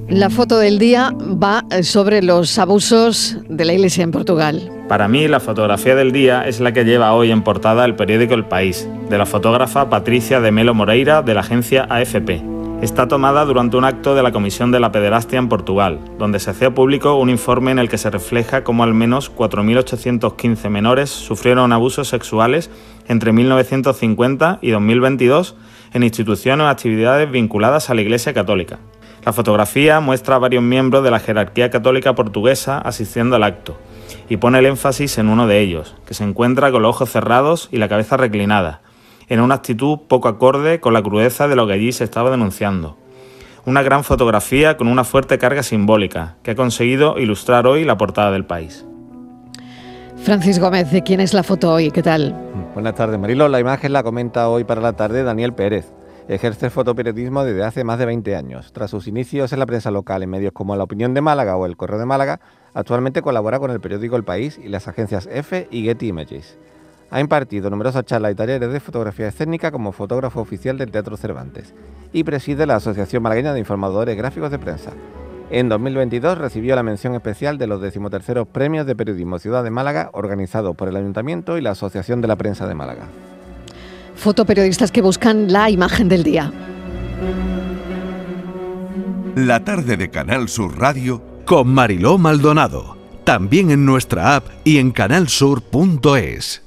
La foto del día va sobre los abusos de la Iglesia en Portugal. Para mí, la fotografía del día es la que lleva hoy en portada el periódico El País, de la fotógrafa Patricia de Melo Moreira, de la agencia AFP. Está tomada durante un acto de la Comisión de la Pederastia en Portugal, donde se hacía público un informe en el que se refleja cómo al menos 4.815 menores sufrieron abusos sexuales entre 1950 y 2022 en instituciones o actividades vinculadas a la Iglesia Católica. La fotografía muestra a varios miembros de la jerarquía católica portuguesa asistiendo al acto y pone el énfasis en uno de ellos, que se encuentra con los ojos cerrados y la cabeza reclinada, en una actitud poco acorde con la crudeza de lo que allí se estaba denunciando. Una gran fotografía con una fuerte carga simbólica que ha conseguido ilustrar hoy la portada del País. Francis Gómez, ¿de quién es la foto hoy? ¿Qué tal? Buenas tardes, Marilo. La imagen la comenta hoy para la tarde Daniel Pérez. Ejerce fotoperiodismo desde hace más de 20 años. Tras sus inicios en la prensa local en medios como La Opinión de Málaga o El Correo de Málaga, actualmente colabora con el periódico El País y las agencias EFE y Getty Images. Ha impartido numerosas charlas y talleres de fotografía escénica como fotógrafo oficial del Teatro Cervantes y preside la Asociación Malagueña de Informadores Gráficos de Prensa. En 2022 recibió la mención especial de los 13º Premios de Periodismo Ciudad de Málaga organizados por el Ayuntamiento y la Asociación de la Prensa de Málaga. Fotoperiodistas que buscan la imagen del día. La tarde de Canal Sur Radio con Mariló Maldonado. También en nuestra app y en canalsur.es.